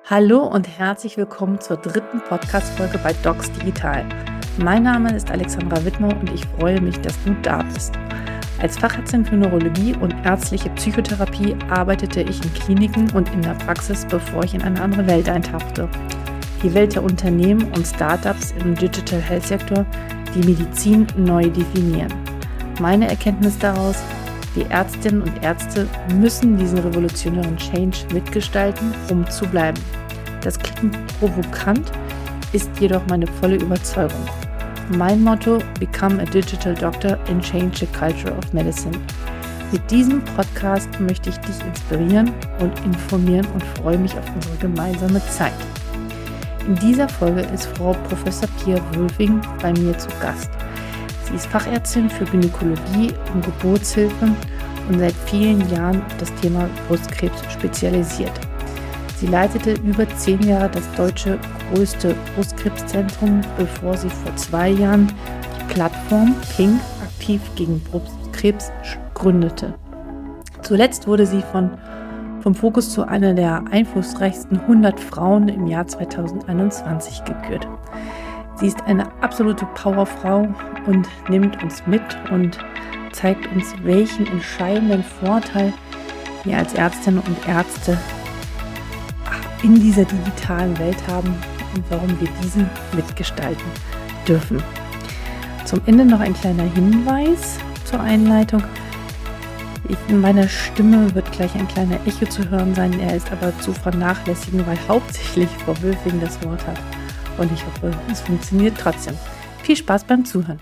Hallo und herzlich willkommen zur dritten Podcast-Folge bei Docs Digital. Mein Name ist Alexandra Wittmer und ich freue mich, dass du da bist. Als Fachärztin für Neurologie und ärztliche Psychotherapie arbeitete ich in Kliniken und in der Praxis, bevor ich in eine andere Welt eintauchte. Die Welt der Unternehmen und Startups im Digital Health Sektor, die Medizin neu definieren. Meine Erkenntnis daraus: Die Ärztinnen und Ärzte müssen diesen revolutionären Change mitgestalten, um zu bleiben. Das klingt provokant, ist jedoch meine volle Überzeugung. Mein Motto: Become a Digital Doctor and Change the Culture of Medicine. Mit diesem Podcast möchte ich dich inspirieren und informieren und freue mich auf unsere gemeinsame Zeit. In dieser Folge ist Frau Professor Pia Wülfing bei mir zu Gast. Sie ist Fachärztin für Gynäkologie und Geburtshilfe und seit vielen Jahren auf das Thema Brustkrebs spezialisiert. Sie leitete über 10 Jahre das deutsche größte Brustkrebszentrum, bevor sie vor 2 Jahren die Plattform Pink aktiv gegen Brustkrebs gründete. Zuletzt wurde sie vom Fokus zu einer der einflussreichsten 100 Frauen im Jahr 2021 gekürt. Sie ist eine absolute Powerfrau und nimmt uns mit und zeigt uns, welchen entscheidenden Vorteil wir als Ärztinnen und Ärzte in dieser digitalen Welt haben und warum wir diesen mitgestalten dürfen. Zum Ende noch ein kleiner Hinweis zur Einleitung. In meiner Stimme wird gleich ein kleiner Echo zu hören sein, er ist aber zu vernachlässigen, weil hauptsächlich Frau Wülfing das Wort hat. Und ich hoffe, es funktioniert trotzdem. Viel Spaß beim Zuhören.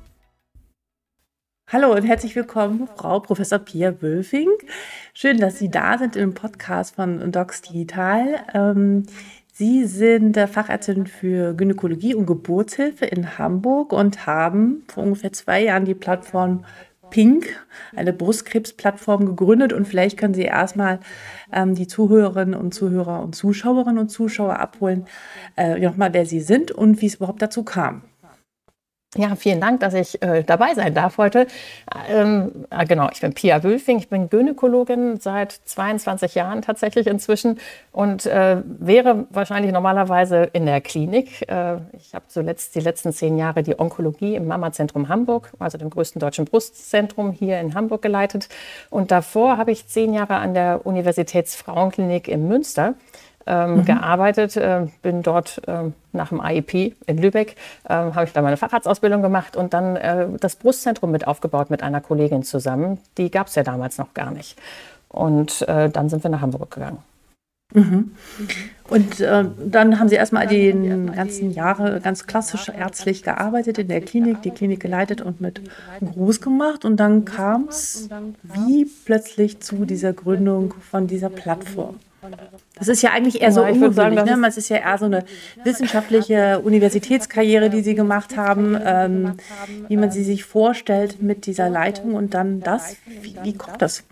Hallo und herzlich willkommen, Frau Professor Pia Wülfing. Schön, dass Sie da sind im Podcast von Docs Digital. Sie sind Fachärztin für Gynäkologie und Geburtshilfe in Hamburg und haben vor ungefähr 2 Jahren die Plattform Pink, eine Brustkrebsplattform, gegründet. Und vielleicht können Sie erstmal die Zuhörerinnen und Zuhörer und Zuschauerinnen und Zuschauer abholen, nochmal, wer Sie sind und wie es überhaupt dazu kam. Ja, vielen Dank, dass ich dabei sein darf heute. Genau, ich bin Pia Wülfing, ich bin Gynäkologin seit 22 Jahren tatsächlich inzwischen und wäre wahrscheinlich normalerweise in der Klinik. Ich habe zuletzt die letzten 10 Jahre die Onkologie im Mama-Zentrum Hamburg, also dem größten deutschen Brustzentrum hier in Hamburg, geleitet. Und davor habe ich 10 Jahre an der Universitätsfrauenklinik in Münster gearbeitet, bin dort nach dem AIP in Lübeck, habe ich da meine Facharztausbildung gemacht und dann das Brustzentrum mit aufgebaut mit einer Kollegin zusammen. Die gab es ja damals noch gar nicht. Und dann sind wir nach Hamburg gegangen. Mhm. Und dann haben Sie erstmal die ganzen Jahre ganz klassisch ärztlich gearbeitet in der Klinik, die Klinik geleitet und mit groß gemacht. Und dann kam es wie plötzlich zu dieser Gründung von dieser Plattform. Das ist ja eigentlich eher so ungewöhnlich, ne? Es ist ja eher so eine wissenschaftliche Universitätskarriere, die Sie gemacht haben, wie man sie sich vorstellt mit dieser Leitung und dann das. Wie kommt das?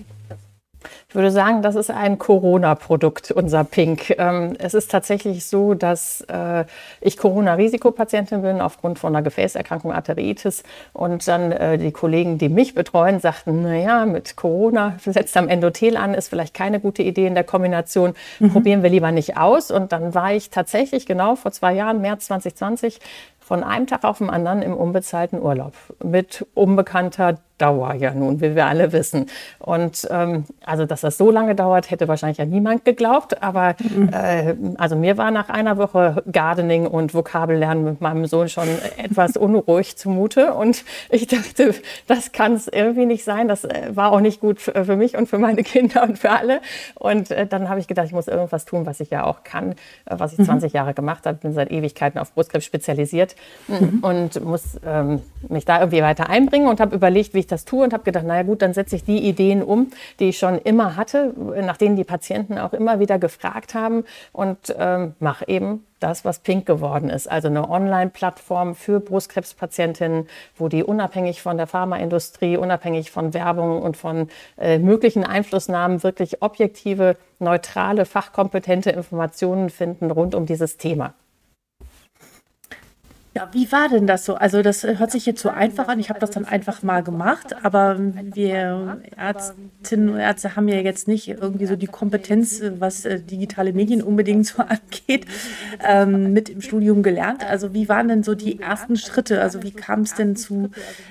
Ich würde sagen, das ist ein Corona-Produkt, unser Pink. Es ist tatsächlich so, dass ich Corona-Risikopatientin bin aufgrund von einer Gefäßerkrankung, Arteriitis. Und dann die Kollegen, die mich betreuen, sagten, naja, mit Corona setzt am Endothel an, ist vielleicht keine gute Idee in der Kombination. Probieren wir lieber nicht aus. Und dann war ich tatsächlich genau vor 2 Jahren, März 2020, von einem Tag auf den anderen im unbezahlten Urlaub mit unbekannter Dauer, ja nun, wie wir alle wissen. Und also, dass das so lange dauert, hätte wahrscheinlich ja niemand geglaubt. Aber also mir war nach einer Woche Gardening und Vokabellernen mit meinem Sohn schon etwas unruhig zumute. Und ich dachte, das kann es irgendwie nicht sein. Das war auch nicht gut für mich und für meine Kinder und für alle. Und dann habe ich gedacht, ich muss irgendwas tun, was ich ja auch kann, was ich 20 Jahre gemacht habe. Bin seit Ewigkeiten auf Brustkrebs spezialisiert und muss mich da irgendwie weiter einbringen und habe überlegt, wie ich das tue und habe gedacht, naja gut, dann setze ich die Ideen um, die ich schon immer hatte, nach denen die Patienten auch immer wieder gefragt haben und mache eben das, was Pink geworden ist. Also eine Online-Plattform für Brustkrebspatientinnen, wo die unabhängig von der Pharmaindustrie, unabhängig von Werbung und von möglichen Einflussnahmen wirklich objektive, neutrale, fachkompetente Informationen finden rund um dieses Thema. Ja, wie war denn das so? Also das hört sich jetzt so einfach an. Ich habe das dann einfach mal gemacht, aber wir Ärztinnen und Ärzte haben ja jetzt nicht irgendwie so die Kompetenz, was digitale Medien unbedingt so angeht, mit im Studium gelernt. Also wie waren denn so die ersten Schritte? Also wie kam es denn zu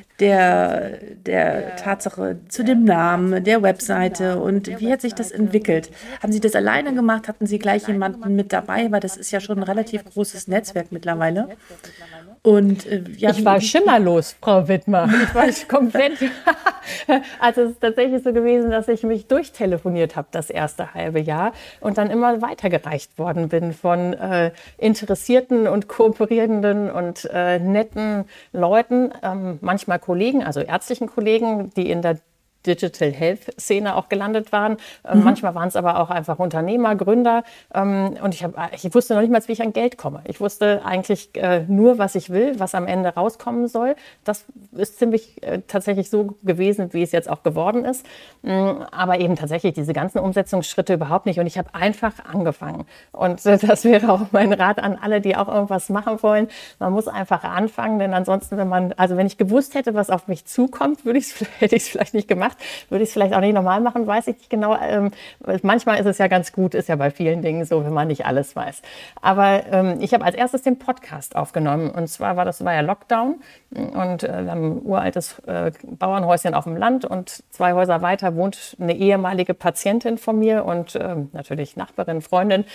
der Tatsache, zu dem Namen, der Webseite und wie hat sich das entwickelt? Haben Sie das alleine gemacht? Hatten Sie gleich jemanden mit dabei? Weil das ist ja schon ein relativ großes Netzwerk mittlerweile. Und ja, Ich war schimmerlos, Frau Wittmer. Ich war komplett. Also es ist tatsächlich so gewesen, dass ich mich durchtelefoniert habe das erste halbe Jahr und dann immer weitergereicht worden bin von interessierten und kooperierenden und netten Leuten, manchmal Kollegen, also ärztlichen Kollegen, die in der Digital Health Szene auch gelandet waren. Manchmal waren es aber auch einfach Unternehmer, Gründer. Und ich wusste noch nicht mal, wie ich an Geld komme. Ich wusste eigentlich nur, was ich will, was am Ende rauskommen soll. Das ist ziemlich tatsächlich so gewesen, wie es jetzt auch geworden ist. Aber eben tatsächlich diese ganzen Umsetzungsschritte überhaupt nicht. Und ich habe einfach angefangen. Und das wäre auch mein Rat an alle, die auch irgendwas machen wollen. Man muss einfach anfangen, denn ansonsten, wenn ich gewusst hätte, was auf mich zukommt, hätte ich es vielleicht nicht gemacht. Würde ich es vielleicht auch nicht normal machen, weiß ich nicht genau. Manchmal ist es ja ganz gut, ist ja bei vielen Dingen so, wenn man nicht alles weiß. Aber ich habe als erstes den Podcast aufgenommen. Und zwar war ja Lockdown. Und wir haben ein uraltes Bauernhäuschen auf dem Land. Und 2 Häuser weiter wohnt eine ehemalige Patientin von mir und natürlich Nachbarin, Freundin.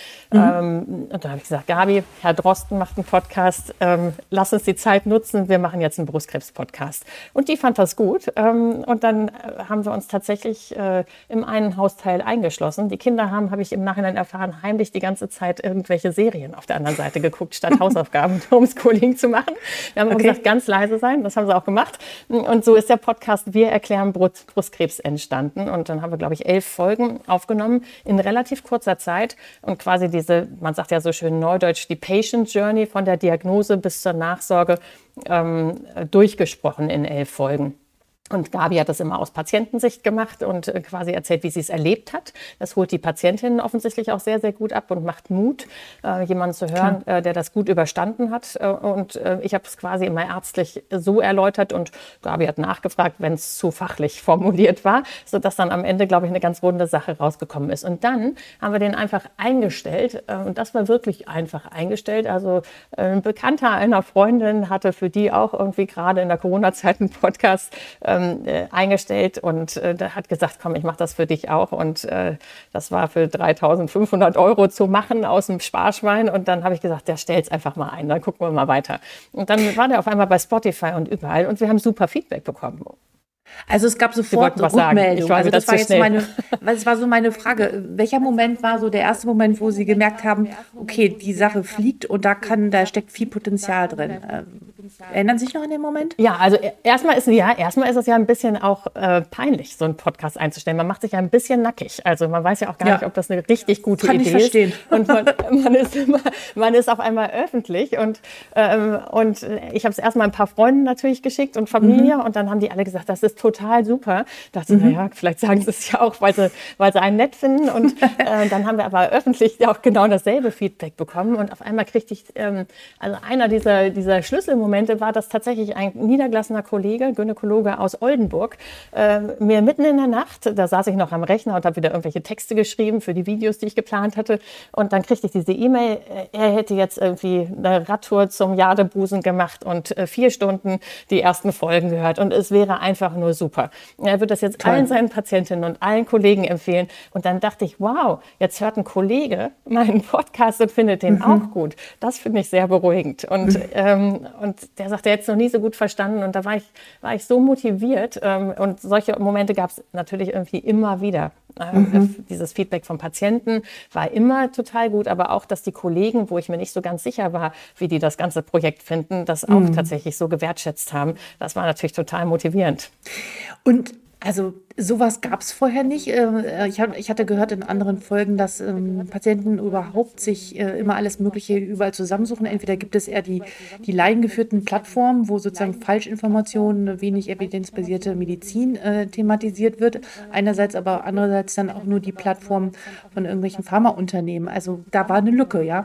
Und da habe ich gesagt, Gabi, Herr Drosten macht einen Podcast. Lass uns die Zeit nutzen. Wir machen jetzt einen Brustkrebs-Podcast. Und die fand das gut. Und dann haben wir uns tatsächlich im einen Hausteil eingeschlossen. Die Kinder habe ich im Nachhinein erfahren, heimlich die ganze Zeit irgendwelche Serien auf der anderen Seite geguckt, statt Hausaufgaben und Homeschooling zu machen. Wir haben gesagt, ganz leise sein, das haben sie auch gemacht. Und so ist der Podcast Wir erklären Brustkrebs entstanden. Und dann haben wir, glaube ich, 11 Folgen aufgenommen in relativ kurzer Zeit. Und quasi man sagt ja so schön neudeutsch, die Patient Journey von der Diagnose bis zur Nachsorge durchgesprochen in 11 Folgen. Und Gabi hat das immer aus Patientensicht gemacht und quasi erzählt, wie sie es erlebt hat. Das holt die Patientin offensichtlich auch sehr, sehr gut ab und macht Mut, jemanden zu hören, der das gut überstanden hat. Und ich habe es quasi immer ärztlich so erläutert und Gabi hat nachgefragt, wenn es zu fachlich formuliert war, sodass dann am Ende, glaube ich, eine ganz runde Sache rausgekommen ist. Und dann haben wir den einfach eingestellt und das war wirklich einfach eingestellt. Also ein Bekannter einer Freundin hatte für die auch irgendwie gerade in der Corona-Zeit einen Podcast eingestellt und der hat gesagt, komm, ich mache das für dich auch. Und das war für 3.500 € zu machen aus dem Sparschwein. Und dann habe ich gesagt, ja, stell's einfach mal ein, dann gucken wir mal weiter. Und dann war der auf einmal bei Spotify und überall und wir haben super Feedback bekommen. Also es gab sofort Rückmeldung. Also das war jetzt das war so meine Frage. Welcher Moment war so der erste Moment, wo Sie gemerkt haben, okay, die Sache fliegt und da steckt viel Potenzial drin? Erinnern Sie sich noch an den Moment? Ja, also erstmal ist es ja ein bisschen auch peinlich, so einen Podcast einzustellen. Man macht sich ja ein bisschen nackig. Also man weiß ja auch gar nicht, ob das eine richtig gute Idee ist. Kann ich verstehen. Und man ist auf einmal öffentlich. Und ich habe es erstmal ein paar Freunden natürlich geschickt und Familie. Und dann haben die alle gesagt, das ist total super. Ich dachte, naja, vielleicht sagen sie es ja auch, weil sie einen nett finden. Und dann haben wir aber öffentlich auch genau dasselbe Feedback bekommen. Und auf einmal kriegte ich, also einer dieser Schlüsselmomente war, dass tatsächlich ein niedergelassener Kollege, Gynäkologe aus Oldenburg, mir mitten in der Nacht, da saß ich noch am Rechner und habe wieder irgendwelche Texte geschrieben für die Videos, die ich geplant hatte. Und dann kriegte ich diese E-Mail, er hätte jetzt irgendwie eine Radtour zum Jadebusen gemacht und 4 Stunden die ersten Folgen gehört. Und es wäre einfach nur super. Er wird das jetzt allen seinen Patientinnen und allen Kollegen empfehlen. Und dann dachte ich, wow, jetzt hört ein Kollege meinen Podcast und findet den auch gut. Das finde ich sehr beruhigend. Und der sagt, er hätte es noch nie so gut verstanden. Und da war ich so motiviert. Und solche Momente gab es natürlich irgendwie immer wieder. Dieses Feedback vom Patienten war immer total gut, aber auch, dass die Kollegen, wo ich mir nicht so ganz sicher war, wie die das ganze Projekt finden, das auch tatsächlich so gewertschätzt haben. Das war natürlich total motivierend. Und also sowas gab es vorher nicht. Ich hatte gehört in anderen Folgen, dass Patienten überhaupt sich immer alles Mögliche überall zusammensuchen. Entweder gibt es eher die laiengeführten Plattformen, wo sozusagen Falschinformationen, wenig evidenzbasierte Medizin thematisiert wird. Einerseits, aber andererseits dann auch nur die Plattform von irgendwelchen Pharmaunternehmen. Also da war eine Lücke, ja?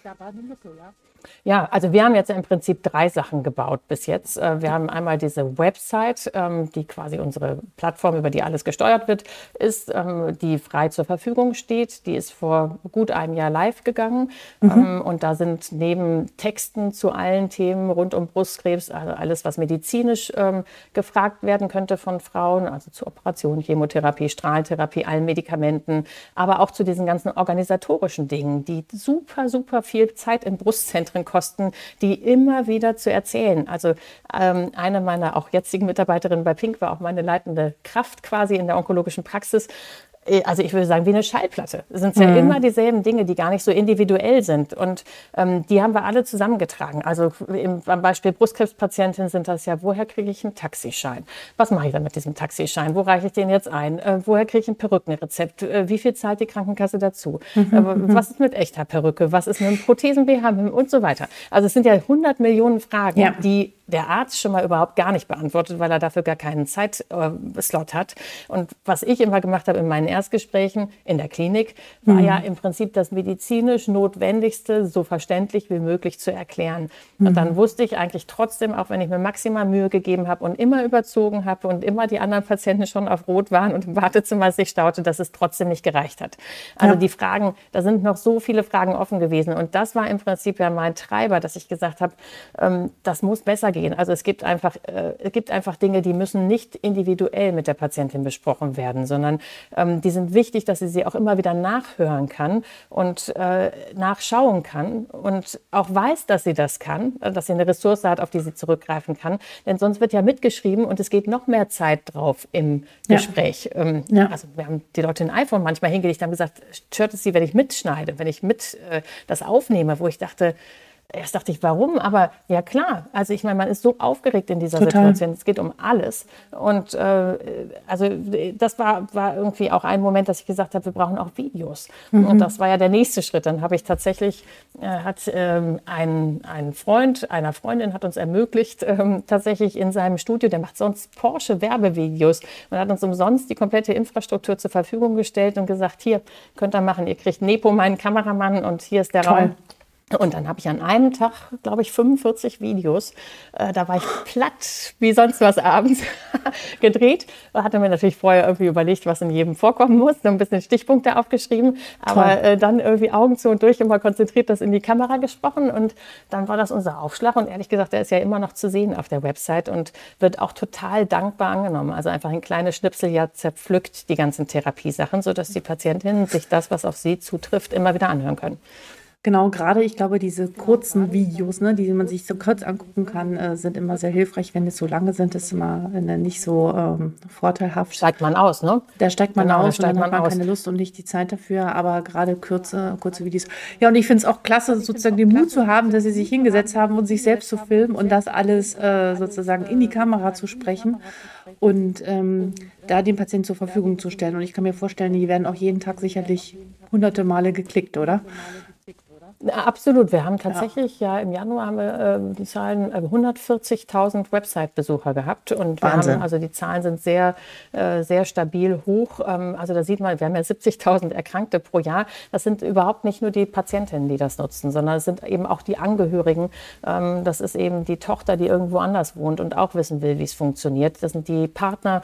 Ja, also wir haben jetzt im Prinzip 3 Sachen gebaut bis jetzt. Wir haben einmal diese Website, die quasi unsere Plattform, über die alles gesteuert wird, ist, die frei zur Verfügung steht. Die ist vor gut einem Jahr live gegangen. Und da sind neben Texten zu allen Themen rund um Brustkrebs, also alles, was medizinisch gefragt werden könnte von Frauen, also zu Operationen, Chemotherapie, Strahlentherapie, allen Medikamenten, aber auch zu diesen ganzen organisatorischen Dingen, die super, super viel Zeit in Brustzentren kosten, die immer wieder zu erzählen. Also eine meiner auch jetzigen Mitarbeiterinnen bei Pink war auch meine leitende Kraft quasi in der onkologischen Praxis. Also ich würde sagen, wie eine Schallplatte. Es sind ja immer dieselben Dinge, die gar nicht so individuell sind. Und die haben wir alle zusammengetragen. Also beim Beispiel Brustkrebspatientin sind das ja, woher kriege ich einen Taxischein? Was mache ich dann mit diesem Taxischein? Wo reiche ich den jetzt ein? Woher kriege ich ein Perückenrezept? Wie viel zahlt die Krankenkasse dazu? Was ist mit echter Perücke? Was ist mit einem Prothesen-BH und so weiter? Also es sind ja 100 Millionen Fragen, die der Arzt schon mal überhaupt gar nicht beantwortet, weil er dafür gar keinen Zeitslot hat. Und was ich immer gemacht habe in meinen Erstgesprächen in der Klinik, war ja im Prinzip das medizinisch Notwendigste so verständlich wie möglich zu erklären. Und dann wusste ich eigentlich trotzdem, auch wenn ich mir maximal Mühe gegeben habe und immer überzogen habe und immer die anderen Patienten schon auf Rot waren und im Wartezimmer sich staute, dass es trotzdem nicht gereicht hat. Also die Fragen, da sind noch so viele Fragen offen gewesen. Und das war im Prinzip ja mein Treiber, dass ich gesagt habe, das muss besser gehen. Also es gibt einfach Dinge, die müssen nicht individuell mit der Patientin besprochen werden, sondern die sind wichtig, dass sie auch immer wieder nachhören kann und nachschauen kann und auch weiß, dass sie das kann, dass sie eine Ressource hat, auf die sie zurückgreifen kann. Denn sonst wird ja mitgeschrieben und es geht noch mehr Zeit drauf im Gespräch. Also wir haben die Leute ein iPhone manchmal hingelegt, haben gesagt, stört es sie, wenn ich mitschneide, wenn ich das aufnehme, wo ich dachte, erst dachte ich, warum? Aber ja klar, also ich meine, man ist so aufgeregt in dieser Situation, es geht um alles. Und also das war irgendwie auch ein Moment, dass ich gesagt habe, wir brauchen auch Videos. Und das war ja der nächste Schritt. Dann habe ich tatsächlich, ein Freund einer Freundin hat uns ermöglicht, tatsächlich in seinem Studio, der macht sonst Porsche-Werbevideos und hat uns umsonst die komplette Infrastruktur zur Verfügung gestellt und gesagt, hier, könnt ihr machen, ihr kriegt Nepo, meinen Kameramann, und hier ist der Raum. Und dann habe ich an einem Tag, glaube ich, 45 Videos, da war ich platt wie sonst was abends, gedreht. Hatte mir natürlich vorher irgendwie überlegt, was in jedem vorkommen muss, so ein bisschen Stichpunkte aufgeschrieben, aber dann irgendwie Augen zu und durch immer konzentriert das in die Kamera gesprochen, und dann war das unser Aufschlag, und ehrlich gesagt, der ist ja immer noch zu sehen auf der Website und wird auch total dankbar angenommen. Also einfach ein kleines Schnipsel ja zerpflückt die ganzen Therapiesachen, sodass die Patientinnen sich das, was auf sie zutrifft, immer wieder anhören können. Genau, gerade ich glaube, diese kurzen Videos, ne, die man sich so kurz angucken kann, sind immer sehr hilfreich. Wenn es so lange sind, ist immer nicht so vorteilhaft. Steigt man aus, ne? Da steigt man aus und dann hat man keine Lust und nicht die Zeit dafür, aber gerade kurze Videos. Ja, und ich finde es auch klasse, sozusagen den Mut zu haben, dass sie sich hingesetzt haben und sich selbst zu filmen und das alles sozusagen in die Kamera zu sprechen und da den Patienten zur Verfügung zu stellen. Und ich kann mir vorstellen, die werden auch jeden Tag sicherlich hunderte Male geklickt, oder? Absolut. Wir haben tatsächlich, im Januar haben wir die Zahlen 140.000 Website-Besucher gehabt, und wir haben, also die Zahlen sind sehr, sehr stabil hoch. Also da sieht man, wir haben ja 70.000 Erkrankte pro Jahr. Das sind überhaupt nicht nur die Patientinnen, die das nutzen, sondern es sind eben auch die Angehörigen. Das ist eben die Tochter, die irgendwo anders wohnt und auch wissen will, wie es funktioniert. Das sind die Partner,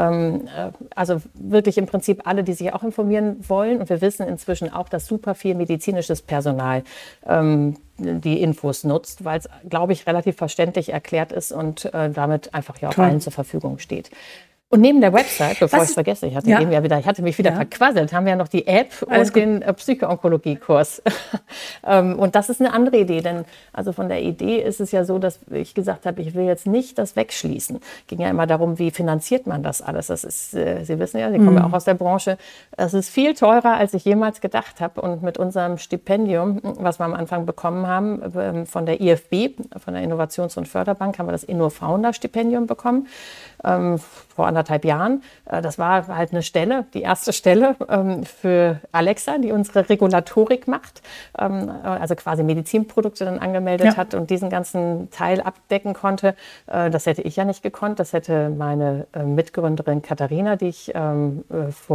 also wirklich im Prinzip alle, die sich auch informieren wollen. Und wir wissen inzwischen auch, dass super viel medizinisches Personal die Infos nutzt, weil es, glaube ich, relativ verständlich erklärt ist und damit einfach ja auch allen zur Verfügung steht. Und neben der Website, bevor ich es vergesse, ich hatte mich wieder verquasselt, haben wir ja noch die App und den Psycho-Onkologie-Kurs. Und das ist eine andere Idee, denn also von der Idee ist es ja so, dass ich gesagt habe, ich will jetzt nicht das wegschließen. Ging ja immer darum, wie finanziert man das alles. Das ist, Sie wissen ja, Sie kommen ja auch aus der Branche, das ist viel teurer, als ich jemals gedacht habe. Und mit unserem Stipendium, was wir am Anfang bekommen haben, von der IFB, von der Innovations- und Förderbank, haben wir das Inno-Founder-Stipendium bekommen. Vor 1,5 Jahren. Das war halt eine Stelle, die erste Stelle für Alexa, die unsere Regulatorik macht, also quasi Medizinprodukte dann angemeldet hat und diesen ganzen Teil abdecken konnte. Das hätte ich ja nicht gekonnt. Das hätte meine Mitgründerin Katharina, die ich vor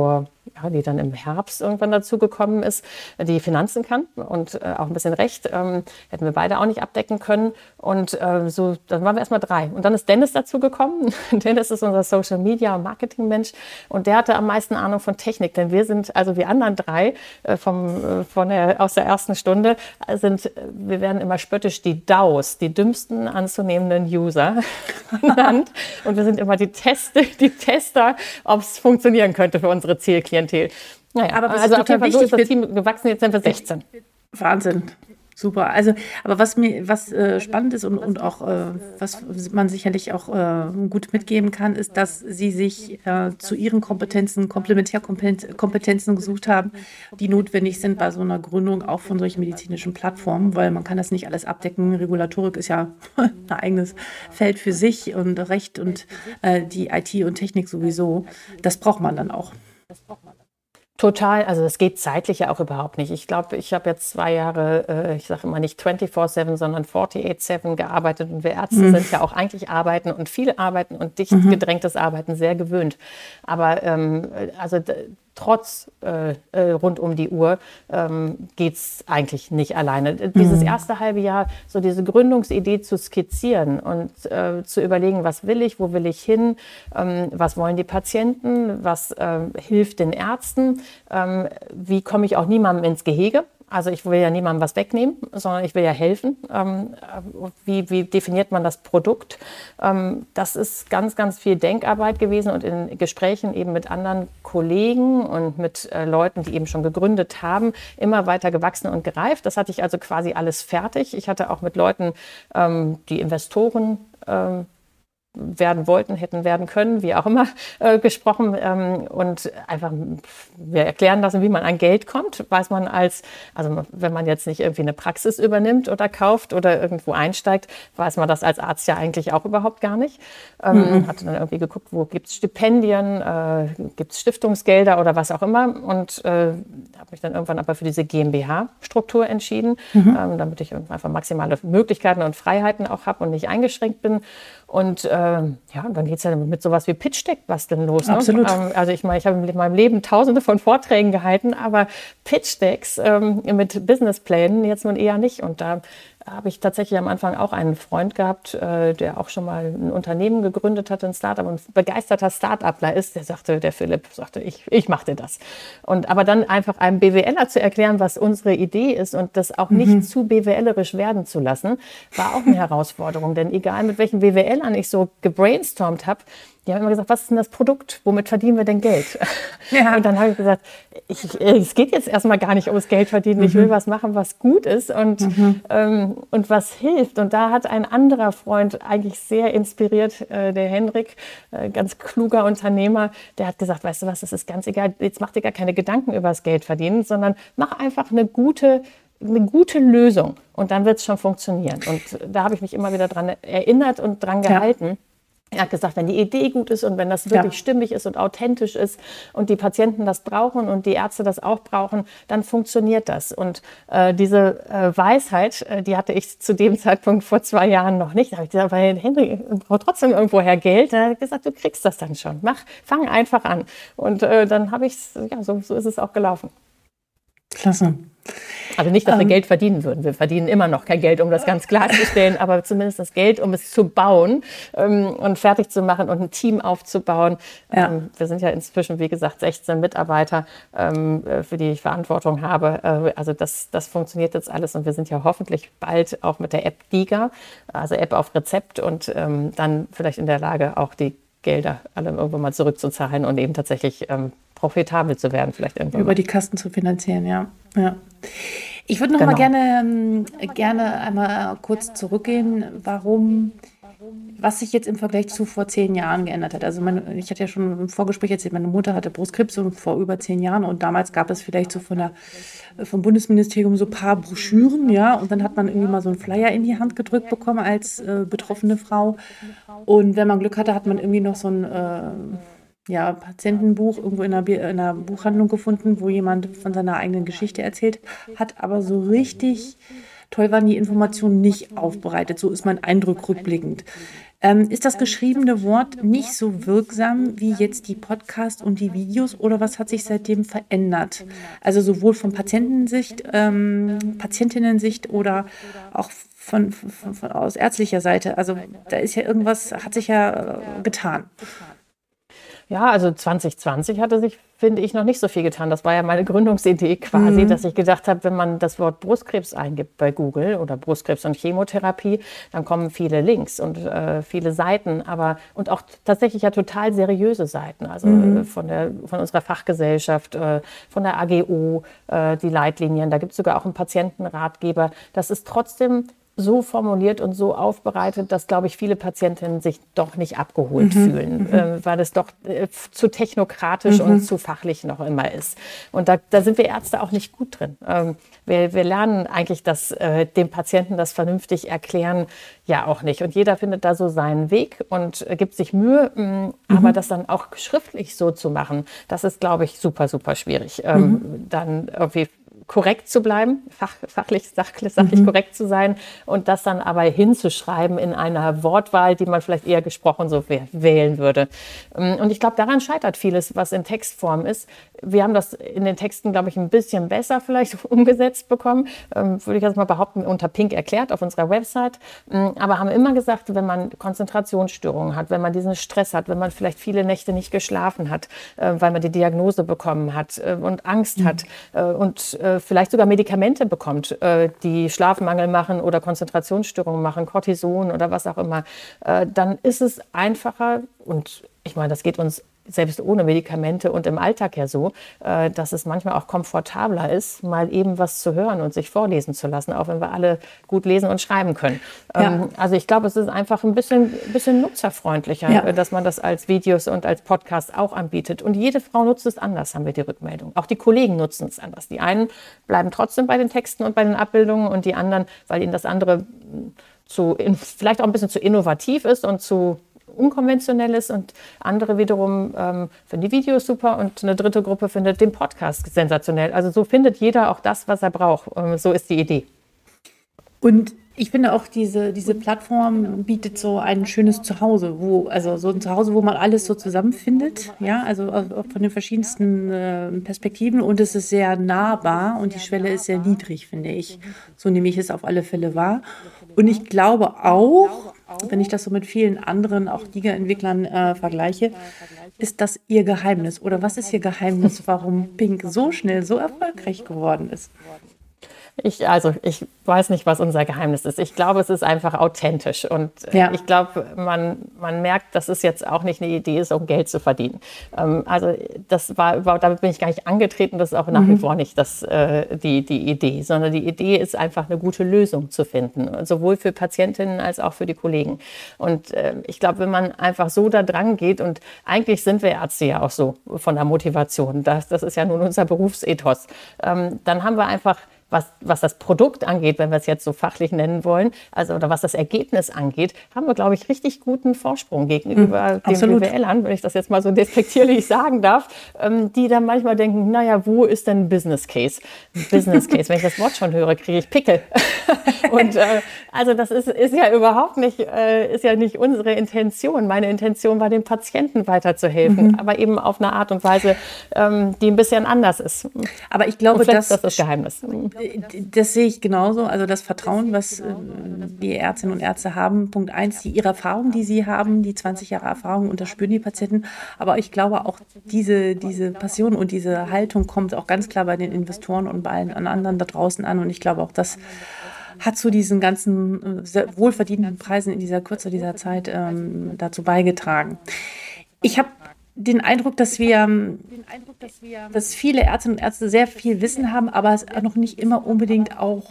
die dann im Herbst irgendwann dazu gekommen ist, die Finanzen kann und auch ein bisschen Recht, hätten wir beide auch nicht abdecken können. Und so, dann waren wir erstmal 3. Und dann ist Dennis dazu gekommen. Dennis ist unser Social Media und Marketing-Mensch und der hatte am meisten Ahnung von Technik, denn wir sind, also wir anderen 3 aus der ersten Stunde, wir werden immer spöttisch die DAUs, die dümmsten anzunehmenden User genannt. Und wir sind immer die Tester, ob es funktionieren könnte für unsere Zielklientel. Naja, aber also auf jeden Fall so ist das Team gewachsen, jetzt sind wir 16. Wahnsinn. Super. Also, aber was spannend ist und auch was man sicherlich auch gut mitgeben kann, ist, dass Sie sich zu Ihren Komplementärkompetenzen gesucht haben, die notwendig sind bei so einer Gründung auch von solchen medizinischen Plattformen, weil man kann das nicht alles abdecken. Regulatorik ist ja ein eigenes Feld für sich und Recht und die IT und Technik sowieso. Das braucht man dann auch. Total, also das geht zeitlich ja auch überhaupt nicht. Ich glaube, ich habe jetzt 2 Jahre, ich sage immer nicht 24/7, sondern 48/7 gearbeitet und wir Ärzte sind ja auch eigentlich arbeiten und viel arbeiten und dicht gedrängtes Arbeiten sehr gewöhnt. Aber trotz rund um die Uhr geht es eigentlich nicht alleine. Dieses erste halbe Jahr, so diese Gründungsidee zu skizzieren und zu überlegen, was will ich, wo will ich hin, was wollen die Patienten, was hilft den Ärzten, wie komme ich auch niemandem ins Gehege. Also ich will ja niemandem was wegnehmen, sondern ich will ja helfen. Wie definiert man das Produkt? Das ist ganz, ganz viel Denkarbeit gewesen und in Gesprächen eben mit anderen Kollegen und mit Leuten, die eben schon gegründet haben, immer weiter gewachsen und gereift. Das hatte ich also quasi alles fertig. Ich hatte auch mit Leuten, die Investoren werden wollten, hätten werden können, wie auch immer, gesprochen und einfach wir erklären lassen, wie man an Geld kommt, weiß man also wenn man jetzt nicht irgendwie eine Praxis übernimmt oder kauft oder irgendwo einsteigt, weiß man das als Arzt ja eigentlich auch überhaupt gar nicht. Hatte dann irgendwie geguckt, wo gibt es Stipendien, gibt es Stiftungsgelder oder was auch immer und habe mich dann irgendwann aber für diese GmbH-Struktur entschieden, damit ich einfach maximale Möglichkeiten und Freiheiten auch habe und nicht eingeschränkt bin. Und dann geht es ja mit sowas wie Pitch-Deck basteln los. Ne? Absolut. Also ich meine, ich habe in meinem Leben tausende von Vorträgen gehalten, aber Pitch-Decks mit Businessplänen jetzt nun eher nicht. Und da habe ich tatsächlich am Anfang auch einen Freund gehabt, der auch schon mal ein Unternehmen gegründet hat, ein Startup und begeisterter Startupler ist. Der Philipp sagte, ich mache dir das. Aber dann einfach einem BWLer zu erklären, was unsere Idee ist und das auch nicht zu BWLerisch werden zu lassen, war auch eine Herausforderung. Denn egal mit welchen BWLern ich so gebrainstormt habe, die haben immer gesagt, was ist denn das Produkt? Womit verdienen wir denn Geld? Ja. Und dann habe ich gesagt, es geht jetzt erstmal gar nicht ums Geld verdienen. Ich will was machen, was gut ist und was hilft. Und da hat ein anderer Freund eigentlich sehr inspiriert, der Henrik, ganz kluger Unternehmer, der hat gesagt, weißt du was, das ist ganz egal, jetzt mach dir gar keine Gedanken über das Geld verdienen, sondern mach einfach eine gute Lösung und dann wird es schon funktionieren. Und da habe ich mich immer wieder dran erinnert und dran gehalten. Er hat gesagt, wenn die Idee gut ist und wenn das wirklich stimmig ist und authentisch ist und die Patienten das brauchen und die Ärzte das auch brauchen, dann funktioniert das. Und diese Weisheit, die hatte ich zu dem Zeitpunkt vor 2 Jahren noch nicht. Da habe ich gesagt, weil Henry braucht trotzdem irgendwoher Geld. Da hat er gesagt, du kriegst das dann schon. Fang einfach an. Und dann habe ich es, so ist es auch gelaufen. Klasse. Also nicht, dass wir Geld verdienen würden. Wir verdienen immer noch kein Geld, um das ganz klarzustellen, aber zumindest das Geld, um es zu bauen und fertig zu machen und ein Team aufzubauen. Ja. Wir sind ja inzwischen, wie gesagt, 16 Mitarbeiter, für die ich Verantwortung habe. Also das funktioniert jetzt alles und wir sind ja hoffentlich bald auch mit der App DiGA, also App auf Rezept und dann vielleicht in der Lage, auch die Gelder alle irgendwann mal zurückzuzahlen und eben tatsächlich profitabel zu werden, vielleicht irgendwann. Über die Kasten zu finanzieren, ja. Ich würde noch mal gerne einmal kurz zurückgehen, was sich jetzt im Vergleich zu vor 10 Jahren geändert hat. Also ich hatte ja schon im Vorgespräch erzählt, meine Mutter hatte Brustkrebs vor über 10 Jahren und damals gab es vielleicht so vom Bundesministerium so ein paar Broschüren, ja, und dann hat man irgendwie mal so einen Flyer in die Hand gedrückt bekommen als betroffene Frau und wenn man Glück hatte, hat man irgendwie noch so ein Patientenbuch irgendwo in einer Buchhandlung gefunden, wo jemand von seiner eigenen Geschichte erzählt hat, aber so richtig toll waren die Informationen nicht aufbereitet. So ist mein Eindruck rückblickend. Ist das geschriebene Wort nicht so wirksam wie jetzt die Podcasts und die Videos oder was hat sich seitdem verändert? Also sowohl von Patientensicht, Patientinnensicht oder auch aus ärztlicher Seite. Also da ist ja irgendwas, hat sich ja getan. Ja, also 2020 hatte sich, finde ich, noch nicht so viel getan. Das war ja meine Gründungsidee quasi, dass ich gedacht habe, wenn man das Wort Brustkrebs eingibt bei Google oder Brustkrebs und Chemotherapie, dann kommen viele Links und viele Seiten, und auch tatsächlich ja total seriöse Seiten, also von unserer Fachgesellschaft, von der AGO, die Leitlinien. Da gibt es sogar auch einen Patientenratgeber. Das ist trotzdem so formuliert und so aufbereitet, dass, glaube ich, viele Patientinnen sich doch nicht abgeholt fühlen, weil es doch zu technokratisch und zu fachlich noch immer ist. Und da sind wir Ärzte auch nicht gut drin. Wir lernen eigentlich dem Patienten das vernünftig erklären, ja auch nicht. Und jeder findet da so seinen Weg und gibt sich Mühe, aber das dann auch schriftlich so zu machen, das ist, glaube ich, super, super schwierig. Dann irgendwie korrekt zu bleiben, fachlich, sachlich korrekt zu sein und das dann aber hinzuschreiben in einer Wortwahl, die man vielleicht eher gesprochen so wählen würde. Und ich glaube, daran scheitert vieles, was in Textform ist. Wir haben das in den Texten, glaube ich, ein bisschen besser vielleicht umgesetzt bekommen, würde ich jetzt mal behaupten, unter Pink erklärt auf unserer Website. Aber haben immer gesagt, wenn man Konzentrationsstörungen hat, wenn man diesen Stress hat, wenn man vielleicht viele Nächte nicht geschlafen hat, weil man die Diagnose bekommen hat und Angst hat und vielleicht sogar Medikamente bekommt, die Schlafmangel machen oder Konzentrationsstörungen machen, Cortison oder was auch immer, dann ist es einfacher und ich meine, das geht uns selbst ohne Medikamente und im Alltag ja so, dass es manchmal auch komfortabler ist, mal eben was zu hören und sich vorlesen zu lassen, auch wenn wir alle gut lesen und schreiben können. Ja. Also ich glaube, es ist einfach ein bisschen nutzerfreundlicher, dass man das als Videos und als Podcast auch anbietet. Und jede Frau nutzt es anders, haben wir die Rückmeldung. Auch die Kollegen nutzen es anders. Die einen bleiben trotzdem bei den Texten und bei den Abbildungen und die anderen, weil ihnen das andere vielleicht auch ein bisschen zu innovativ ist und zu Unkonventionelles und andere wiederum finden die Videos super und eine dritte Gruppe findet den Podcast sensationell. Also so findet jeder auch das, was er braucht. So ist die Idee. Und ich finde auch, diese Plattform bietet so ein schönes Zuhause, so ein Zuhause, wo man alles so zusammenfindet, ja, also von den verschiedensten Perspektiven und es ist sehr nahbar und die Schwelle ist sehr niedrig, finde ich. So nehme ich es auf alle Fälle wahr. Und ich glaube auch, wenn ich das so mit vielen anderen, auch Liga-Entwicklern vergleiche, ist das ihr Geheimnis? Oder was ist ihr Geheimnis, warum Pink so schnell so erfolgreich geworden ist? Ich weiß nicht, was unser Geheimnis ist. Ich glaube, es ist einfach authentisch. Und ich glaube, man merkt, dass es jetzt auch nicht eine Idee ist, um Geld zu verdienen. Also damit bin ich gar nicht angetreten. Das ist auch nach wie vor nicht die Idee, sondern die Idee ist einfach, eine gute Lösung zu finden. Sowohl für Patientinnen als auch für die Kollegen. Und ich glaube, wenn man einfach so da dran geht, und eigentlich sind wir Ärzte ja auch so von der Motivation, das ist ja nun unser Berufsethos, dann haben wir einfach, was das Produkt angeht, wenn wir es jetzt so fachlich nennen wollen, oder was das Ergebnis angeht, haben wir, glaube ich, richtig guten Vorsprung gegenüber den BWLern, wenn ich das jetzt mal so despektierlich sagen darf, die dann manchmal denken, naja, wo ist denn Business Case? Business Case, wenn ich das Wort schon höre, kriege ich Pickel. Und also das ist ja überhaupt nicht, ist ja nicht unsere Intention. Meine Intention war, den Patienten weiterzuhelfen, aber eben auf eine Art und Weise, die ein bisschen anders ist. Aber ich glaube, das ist das Geheimnis. Das sehe ich genauso. Also das Vertrauen, was die Ärztinnen und Ärzte haben, Punkt 1, ihre Erfahrung, die sie haben, die 20 Jahre Erfahrung, und das spüren die Patienten. Aber ich glaube auch, diese Passion und diese Haltung kommt auch ganz klar bei den Investoren und bei allen anderen da draußen an. Und ich glaube auch, das hat zu diesen ganzen wohlverdienten Preisen in dieser Kürze dieser Zeit dazu beigetragen. Ich habe den Eindruck, dass viele Ärztinnen und Ärzte sehr viel Wissen haben, aber es noch nicht immer unbedingt auch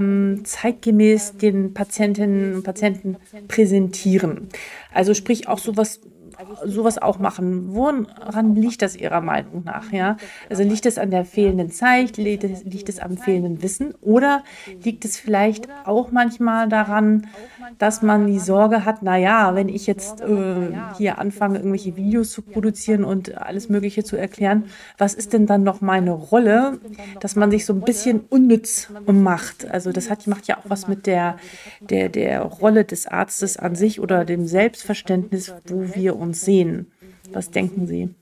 zeitgemäß den Patientinnen und Patienten präsentieren. Also sprich auch sowas auch machen. Woran liegt das Ihrer Meinung nach? Ja? Also liegt es an der fehlenden Zeit, liegt es am fehlenden Wissen oder liegt es vielleicht auch manchmal daran, dass man die Sorge hat, naja, wenn ich jetzt hier anfange, irgendwelche Videos zu produzieren und alles Mögliche zu erklären, was ist denn dann noch meine Rolle, dass man sich so ein bisschen unnütz macht. Also das macht ja auch was mit der Rolle des Arztes an sich oder dem Selbstverständnis, wo wir uns sehen. Was denken Sie?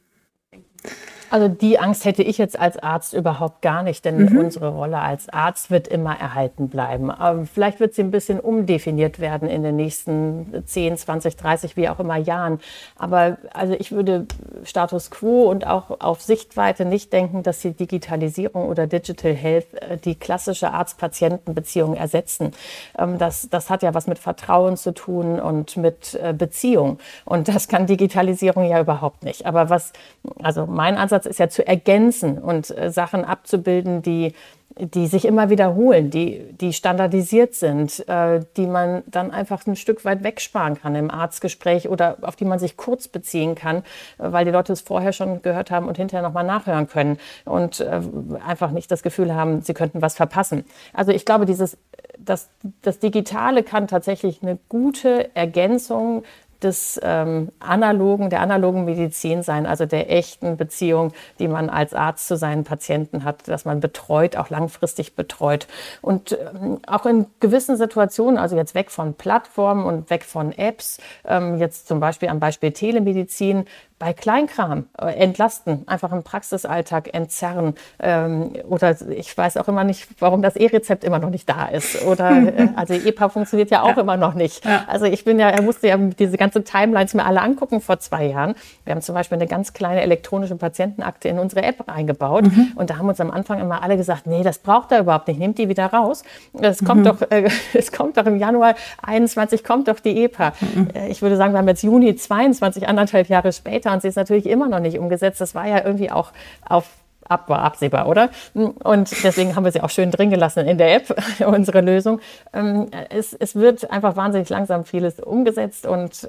Also die Angst hätte ich jetzt als Arzt überhaupt gar nicht, denn unsere Rolle als Arzt wird immer erhalten bleiben. Aber vielleicht wird sie ein bisschen umdefiniert werden in den nächsten 10, 20, 30, wie auch immer Jahren. Aber also ich würde Status quo und auch auf Sichtweite nicht denken, dass die Digitalisierung oder Digital Health die klassische Arzt-Patienten-Beziehung ersetzen. Das hat ja was mit Vertrauen zu tun und mit Beziehung. Und das kann Digitalisierung ja überhaupt nicht. Aber also mein Ansatz ist ja zu ergänzen und Sachen abzubilden, die sich immer wiederholen, die standardisiert sind, die man dann einfach ein Stück weit wegsparen kann im Arztgespräch oder auf die man sich kurz beziehen kann, weil die Leute es vorher schon gehört haben und hinterher nochmal nachhören können und einfach nicht das Gefühl haben, sie könnten was verpassen. Also ich glaube, das Digitale kann tatsächlich eine gute Ergänzung der analogen Medizin sein, also der echten Beziehung, die man als Arzt zu seinen Patienten hat, dass man betreut, auch langfristig betreut. Und auch in gewissen Situationen, also jetzt weg von Plattformen und weg von Apps, jetzt zum Beispiel am Beispiel Telemedizin, bei Kleinkram entlasten, einfach im Praxisalltag entzerren. Oder ich weiß auch immer nicht, warum das E-Rezept immer noch nicht da ist. Oder also EPA funktioniert ja auch immer noch nicht. Ja. Also musste ja diese ganze Timelines mir alle angucken vor 2 Jahren. Wir haben zum Beispiel eine ganz kleine elektronische Patientenakte in unsere App eingebaut. Und da haben uns am Anfang immer alle gesagt, nee, das braucht er überhaupt nicht, nehmt die wieder raus. Es kommt doch im Januar 21 kommt doch die EPA. Ich würde sagen, wir haben jetzt Juni 22, 1,5 Jahre später, und sie ist natürlich immer noch nicht umgesetzt. Das war ja irgendwie auch war absehbar, oder? Und deswegen haben wir sie auch schön drin gelassen in der App, unsere Lösung. Es wird einfach wahnsinnig langsam vieles umgesetzt und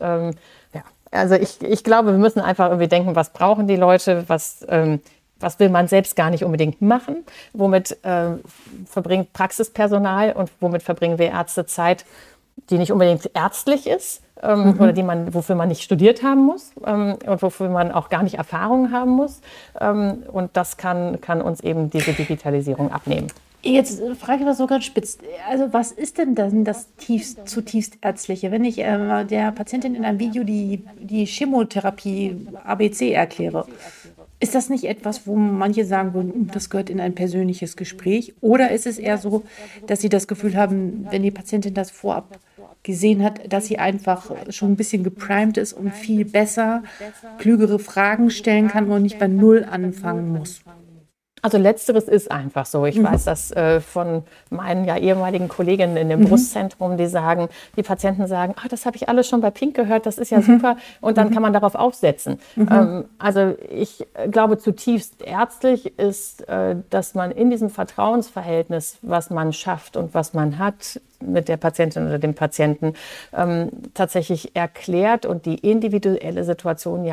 also ich glaube, wir müssen einfach irgendwie denken, was brauchen die Leute, was will man selbst gar nicht unbedingt machen, womit verbringt Praxispersonal und womit verbringen wir Ärzte Zeit, die nicht unbedingt ärztlich ist oder wofür man nicht studiert haben muss und wofür man auch gar nicht Erfahrung haben muss. Und das kann uns eben diese Digitalisierung abnehmen. Jetzt frage ich das so ganz spitz. Also was ist denn dann das zutiefst Ärztliche? Wenn ich der Patientin in einem Video die Chemotherapie ABC erkläre, ist das nicht etwas, wo manche sagen würden, das gehört in ein persönliches Gespräch? Oder ist es eher so, dass sie das Gefühl haben, wenn die Patientin das vorab gesehen hat, dass sie einfach schon ein bisschen geprimed ist und viel besser klügere Fragen stellen kann und nicht bei Null anfangen muss? Also Letzteres ist einfach so. Ich weiß das von meinen ehemaligen Kolleginnen in dem Brustzentrum, die Patienten sagen, das habe ich alles schon bei Pink gehört, das ist ja super, und dann kann man darauf aufsetzen. Also ich glaube, zutiefst ärztlich ist, dass man in diesem Vertrauensverhältnis, was man schafft und was man hat mit der Patientin oder dem Patienten, tatsächlich erklärt und die individuelle Situation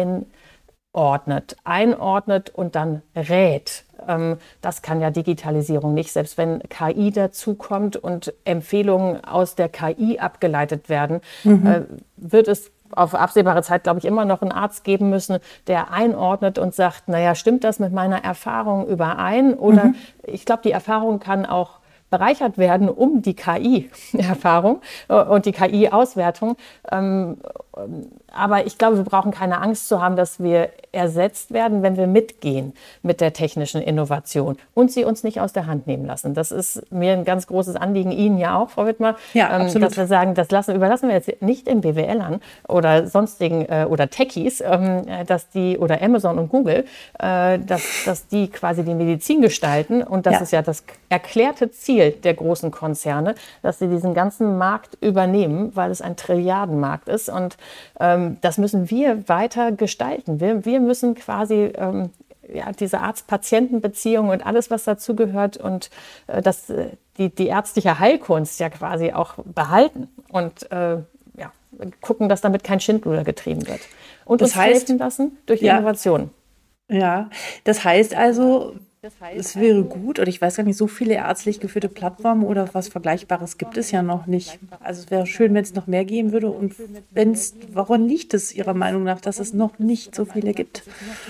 einordnet und dann rät. Das kann ja Digitalisierung nicht. Selbst wenn KI dazukommt und Empfehlungen aus der KI abgeleitet werden, wird es auf absehbare Zeit, glaube ich, immer noch einen Arzt geben müssen, der einordnet und sagt, naja, stimmt das mit meiner Erfahrung überein? Oder ich glaube, die Erfahrung kann auch bereichert werden um die KI-Erfahrung und die KI-Auswertung. Aber ich glaube, wir brauchen keine Angst zu haben, dass wir ersetzt werden, wenn wir mitgehen mit der technischen Innovation und sie uns nicht aus der Hand nehmen lassen. Das ist mir ein ganz großes Anliegen, Ihnen ja auch, Frau Wittmer, dass wir sagen, überlassen wir jetzt nicht den BWLern oder sonstigen oder Techies, oder Amazon und Google, dass die quasi die Medizin gestalten. Und das ist ja das erklärte Ziel der großen Konzerne, dass sie diesen ganzen Markt übernehmen, weil es ein Trilliardenmarkt ist. Und das müssen wir weiter gestalten. Wir müssen quasi diese Arzt-Patienten-Beziehung und alles, was dazugehört und die ärztliche Heilkunst ja quasi auch behalten und gucken, dass damit kein Schindluder getrieben wird. Und das uns helfen lassen durch Innovation. Ja, das heißt also, es wäre gut, oder ich weiß gar nicht, so viele ärztlich geführte Plattformen oder was Vergleichbares gibt es ja noch nicht. Also es wäre schön, wenn es noch mehr geben würde. Und woran liegt es Ihrer Meinung nach, dass es noch nicht so viele gibt?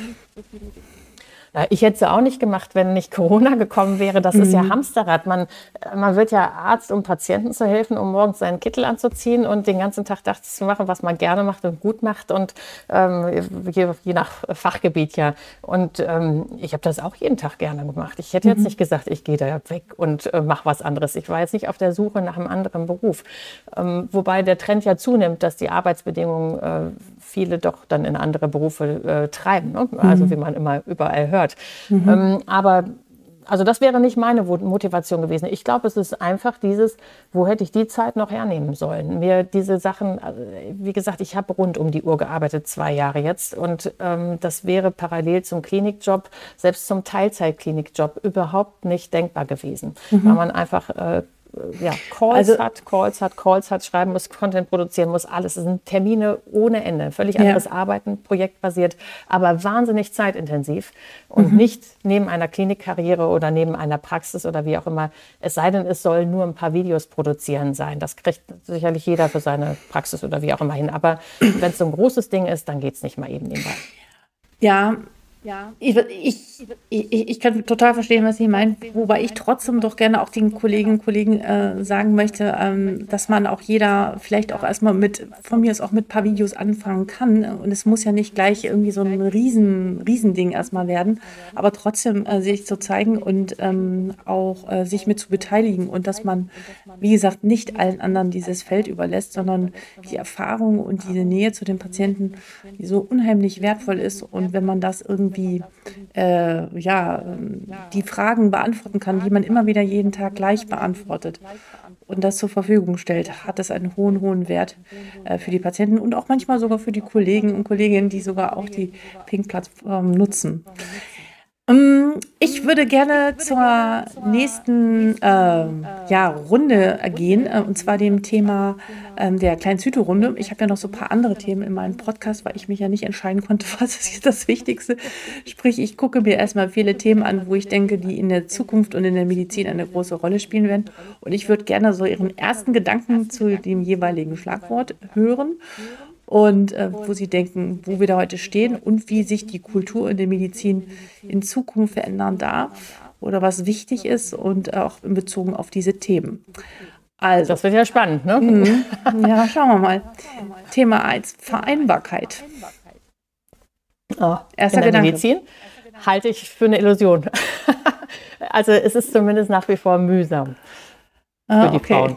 Ja, ich hätte es auch nicht gemacht, wenn nicht Corona gekommen wäre. Das ist ja Hamsterrad. Man wird ja Arzt, um Patienten zu helfen, um morgens seinen Kittel anzuziehen und den ganzen Tag das zu machen, was man gerne macht und gut macht und je nach Fachgebiet ja. Und ich habe das auch jeden Tag gerne gemacht. Ich hätte jetzt nicht gesagt, ich gehe da weg und mache was anderes. Ich war jetzt nicht auf der Suche nach einem anderen Beruf. Wobei der Trend ja zunimmt, dass die Arbeitsbedingungen viele doch dann in andere Berufe treiben. Ne? Also wie man immer überall hört. Aber also das wäre nicht meine Motivation gewesen. Ich glaube, es ist einfach dieses, wo hätte ich die Zeit noch hernehmen sollen? Mir diese Sachen, wie gesagt, ich habe rund um die Uhr gearbeitet, 2 Jahre jetzt. Und das wäre parallel zum Klinikjob, selbst zum Teilzeitklinikjob, überhaupt nicht denkbar gewesen. Weil man einfach Calls hat, schreiben muss, Content produzieren muss, alles. Es sind Termine ohne Ende, völlig anderes Arbeiten, projektbasiert, aber wahnsinnig zeitintensiv und nicht neben einer Klinikkarriere oder neben einer Praxis oder wie auch immer. Es sei denn, es soll nur ein paar Videos produzieren sein. Das kriegt sicherlich jeder für seine Praxis oder wie auch immer hin. Aber wenn es so ein großes Ding ist, dann geht es nicht mal eben nebenbei. Ja. Ich kann total verstehen, was Sie meinen, wobei ich trotzdem doch gerne auch den Kolleginnen und Kollegen sagen möchte, dass man auch jeder vielleicht auch erstmal von mir aus auch mit ein paar Videos anfangen kann. Und es muss ja nicht gleich irgendwie so ein Riesending erstmal werden, aber trotzdem sich zu zeigen und auch sich mit zu beteiligen und dass man, wie gesagt, nicht allen anderen dieses Feld überlässt, sondern die Erfahrung und diese Nähe zu den Patienten, die so unheimlich wertvoll ist. Und wenn man das irgendwie die Fragen beantworten kann, die man immer wieder jeden Tag gleich beantwortet und das zur Verfügung stellt, hat es einen hohen Wert für die Patienten und auch manchmal sogar für die Kollegen und Kolleginnen, die sogar auch die Pink-Plattform nutzen. Ich würde gerne zur nächsten Runde gehen, und zwar dem Thema der kleinen Zyto-Runde. Ich habe ja noch so ein paar andere Themen in meinem Podcast, weil ich mich ja nicht entscheiden konnte, was ist jetzt das Wichtigste. Sprich, ich gucke mir erstmal viele Themen an, wo ich denke, die in der Zukunft und in der Medizin eine große Rolle spielen werden. Und ich würde gerne so Ihren ersten Gedanken zu dem jeweiligen Schlagwort hören. Und wo Sie denken, wo wir da heute stehen und wie sich die Kultur in der Medizin in Zukunft verändern darf oder was wichtig ist und auch in Bezug auf diese Themen. Also, das wird ja spannend, ne? Ja, schauen wir mal. Thema 1, Vereinbarkeit. Erster Gedanke. Medizin halte ich für eine Illusion. Also es ist zumindest nach wie vor mühsam für die Frauen.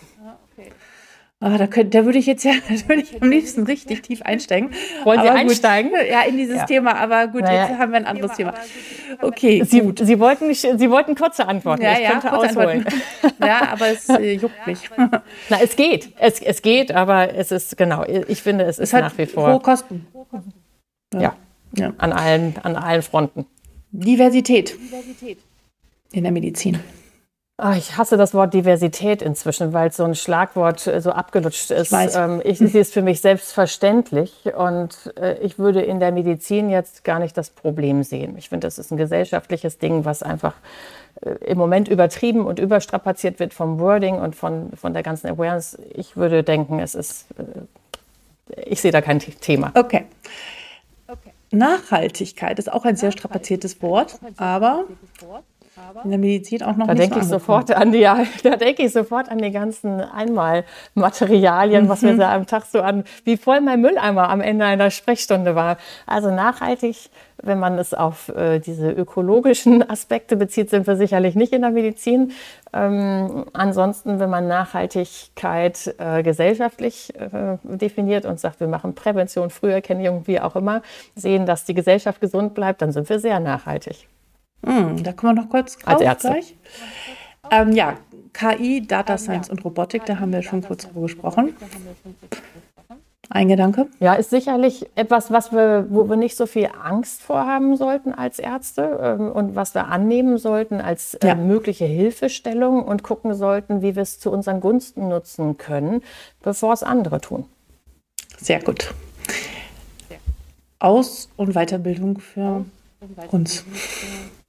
Da würde ich am liebsten richtig tief einsteigen. Wollen Sie einsteigen? Ja, in dieses Thema, aber gut, jetzt haben wir ein anderes Thema. Okay, gut. Sie wollten kurze Antworten. Ich könnte ausholen. Ja, aber es juckt mich. Na, es geht. Es geht, aber es ist, genau, ich finde, es ist nach wie vor hohe Kosten. Ja. An allen Fronten. Diversität in der Medizin. Ich hasse das Wort Diversität inzwischen, weil es so ein Schlagwort so abgelutscht ist. Ich sehe es für mich selbstverständlich und ich würde in der Medizin jetzt gar nicht das Problem sehen. Ich finde, das ist ein gesellschaftliches Ding, was einfach im Moment übertrieben und überstrapaziert wird vom Wording und von der ganzen Awareness. Ich würde denken, ich sehe da kein Thema. Okay. Nachhaltigkeit ist auch ein sehr strapaziertes Wort, aber in der Medizin auch noch nicht so. Da denke ich sofort an die ganzen Einmalmaterialien, was wir da am Tag so an, wie voll mein Mülleimer am Ende einer Sprechstunde war. Also nachhaltig, wenn man es auf diese ökologischen Aspekte bezieht, sind wir sicherlich nicht in der Medizin. Ansonsten, wenn man Nachhaltigkeit gesellschaftlich definiert und sagt, wir machen Prävention, Früherkennung, wie auch immer, sehen, dass die Gesellschaft gesund bleibt, dann sind wir sehr nachhaltig. Da kommen wir noch kurz drauf. Als Ärzte. Gleich. KI, Data Science und Robotik, da haben wir schon kurz drüber gesprochen. Ein Gedanke? Ja, ist sicherlich etwas, wo wir nicht so viel Angst vorhaben sollten als Ärzte und was wir annehmen sollten als mögliche Hilfestellung und gucken sollten, wie wir es zu unseren Gunsten nutzen können, bevor es andere tun. Sehr gut. Aus- und Weiterbildung für uns.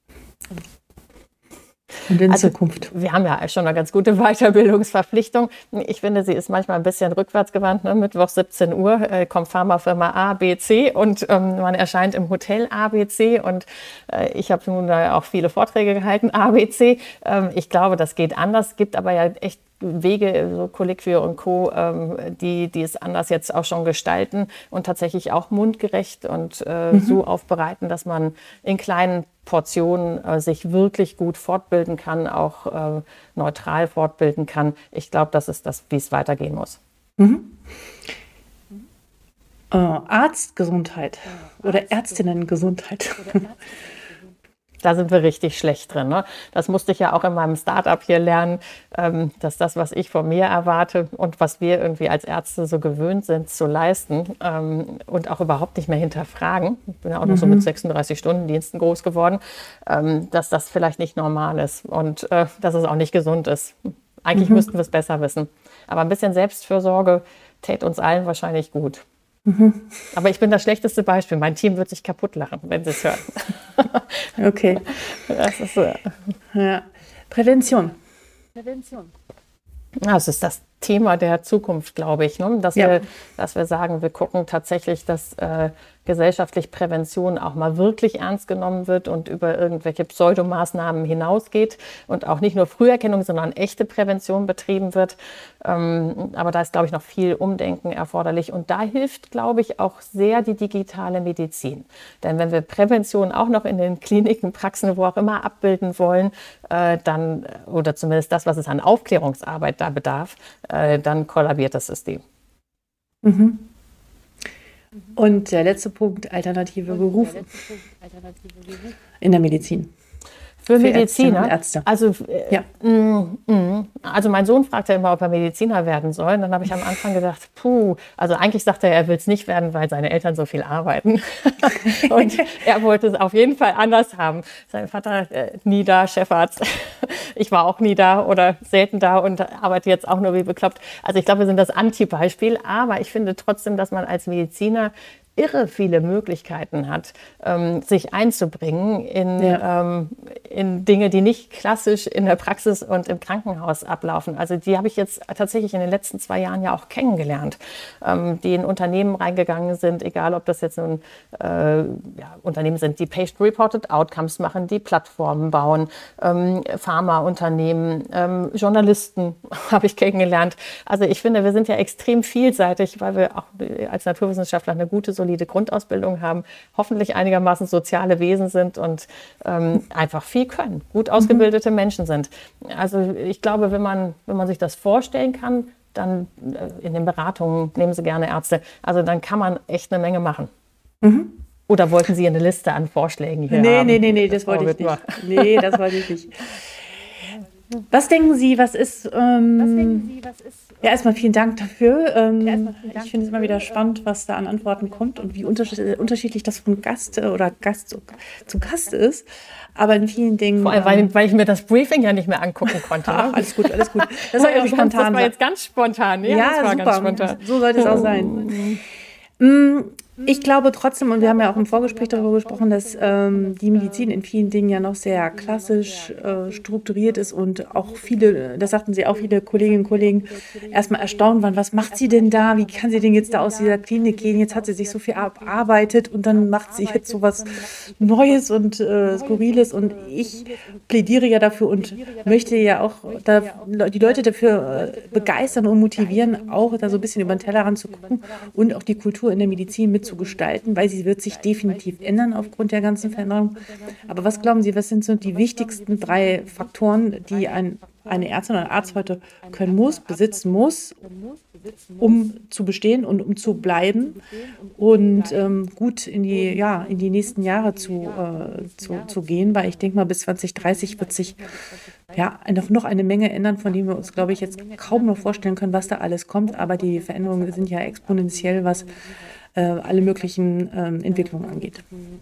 Und in Zukunft? Wir haben ja schon eine ganz gute Weiterbildungsverpflichtung. Ich finde, sie ist manchmal ein bisschen rückwärtsgewandt. Ne? Mittwoch 17 Uhr kommt Pharmafirma A, B, C und man erscheint im Hotel A, B, C. Und ich habe nun auch viele Vorträge gehalten, A, B, C. Ich glaube, das geht anders, gibt aber ja echt Wege, so Colliquio und Co., die es anders jetzt auch schon gestalten und tatsächlich auch mundgerecht und so aufbereiten, dass man in kleinen Portionen sich wirklich gut fortbilden kann, auch neutral fortbilden kann. Ich glaube, das ist das, wie es weitergehen muss. Arztgesundheit oder Ärztinnengesundheit. Da sind wir richtig schlecht drin. Ne? Das musste ich ja auch in meinem Startup hier lernen, dass das, was ich von mir erwarte und was wir irgendwie als Ärzte so gewöhnt sind zu leisten und auch überhaupt nicht mehr hinterfragen, ich bin ja auch noch so mit 36-Stunden-Diensten groß geworden, dass das vielleicht nicht normal ist und dass es auch nicht gesund ist. Eigentlich müssten wir es besser wissen. Aber ein bisschen Selbstfürsorge täte uns allen wahrscheinlich gut. Aber ich bin das schlechteste Beispiel. Mein Team wird sich kaputt lachen, wenn sie es hören. Okay. Das ist, ja. Prävention. Das ist das Thema der Zukunft, glaube ich. Ne? Dass wir sagen, wir gucken tatsächlich, dass gesellschaftlich Prävention auch mal wirklich ernst genommen wird und über irgendwelche Pseudomaßnahmen hinausgeht und auch nicht nur Früherkennung, sondern echte Prävention betrieben wird. Aber da ist, glaube ich, noch viel Umdenken erforderlich. Und da hilft, glaube ich, auch sehr die digitale Medizin. Denn wenn wir Prävention auch noch in den Kliniken, Praxen, wo auch immer abbilden wollen, dann, oder zumindest das, was es an Aufklärungsarbeit da bedarf, dann kollabiert das System. Und der letzte Punkt, alternative Berufe in der Medizin. Für Mediziner? Ärzte. Also mein Sohn fragte immer, ob er Mediziner werden soll. Und dann habe ich am Anfang gedacht, also eigentlich sagte er will es nicht werden, weil seine Eltern so viel arbeiten. Und er wollte es auf jeden Fall anders haben. Sein Vater nie da, Chefarzt. Ich war auch nie da oder selten da und arbeite jetzt auch nur wie bekloppt. Also ich glaube, wir sind das Anti-Beispiel. Aber ich finde trotzdem, dass man als Mediziner irre viele Möglichkeiten hat, sich einzubringen in Dinge, die nicht klassisch in der Praxis und im Krankenhaus ablaufen. Also die habe ich jetzt tatsächlich in den letzten 2 Jahren ja auch kennengelernt, die in Unternehmen reingegangen sind, egal ob das jetzt nun Unternehmen sind, die Patient-Reported Outcomes machen, die Plattformen bauen, Pharmaunternehmen, Journalisten habe ich kennengelernt. Also ich finde, wir sind ja extrem vielseitig, weil wir auch als Naturwissenschaftler eine gute, solide Grundausbildung haben, hoffentlich einigermaßen soziale Wesen sind und einfach viel können, gut ausgebildete Menschen sind. Also ich glaube, wenn man sich das vorstellen kann, dann in den Beratungen nehmen Sie gerne Ärzte, also dann kann man echt eine Menge machen. Oder wollten Sie eine Liste an Vorschlägen hier haben? Nee, das wollte ich nicht. Nee, das wollte ich nicht. Was denken Sie, was ist... Ja, erstmal vielen Dank dafür. Ich finde es immer wieder spannend, was da an Antworten kommt und wie unterschiedlich das von Gast oder Gast zu Gast ist. Aber in vielen Dingen... Vor allem, weil ich mir das Briefing ja nicht mehr angucken konnte. Ach, alles gut. Das war ja spontan. Das war jetzt ganz spontan. Ja, das war super. Ganz spontan. So sollte es auch sein. Ich glaube trotzdem, und wir haben ja auch im Vorgespräch darüber gesprochen, dass die Medizin in vielen Dingen ja noch sehr klassisch strukturiert ist und auch viele, das sagten Sie auch, viele Kolleginnen und Kollegen erstmal erstaunt waren, was macht sie denn da, wie kann sie denn jetzt da aus dieser Klinik gehen, jetzt hat sie sich so viel erarbeitet und dann macht sie jetzt so was Neues und Skurriles und ich plädiere ja dafür und möchte ja auch die Leute dafür begeistern und motivieren, auch da so ein bisschen über den Tellerrand zu gucken und auch die Kultur in der Medizin mitzugestalten, weil sie wird sich definitiv ändern aufgrund der ganzen Veränderung. Aber was glauben Sie, was sind so die wichtigsten 3 Faktoren, die eine Ärztin oder ein Arzt heute besitzen muss, um zu bestehen und um zu bleiben und gut in die nächsten Jahre zu gehen, weil ich denke mal, bis 2030 wird sich noch eine Menge ändern, von dem wir uns, glaube ich, jetzt kaum noch vorstellen können, was da alles kommt. Aber die Veränderungen sind ja exponentiell, was alle möglichen Entwicklungen angeht.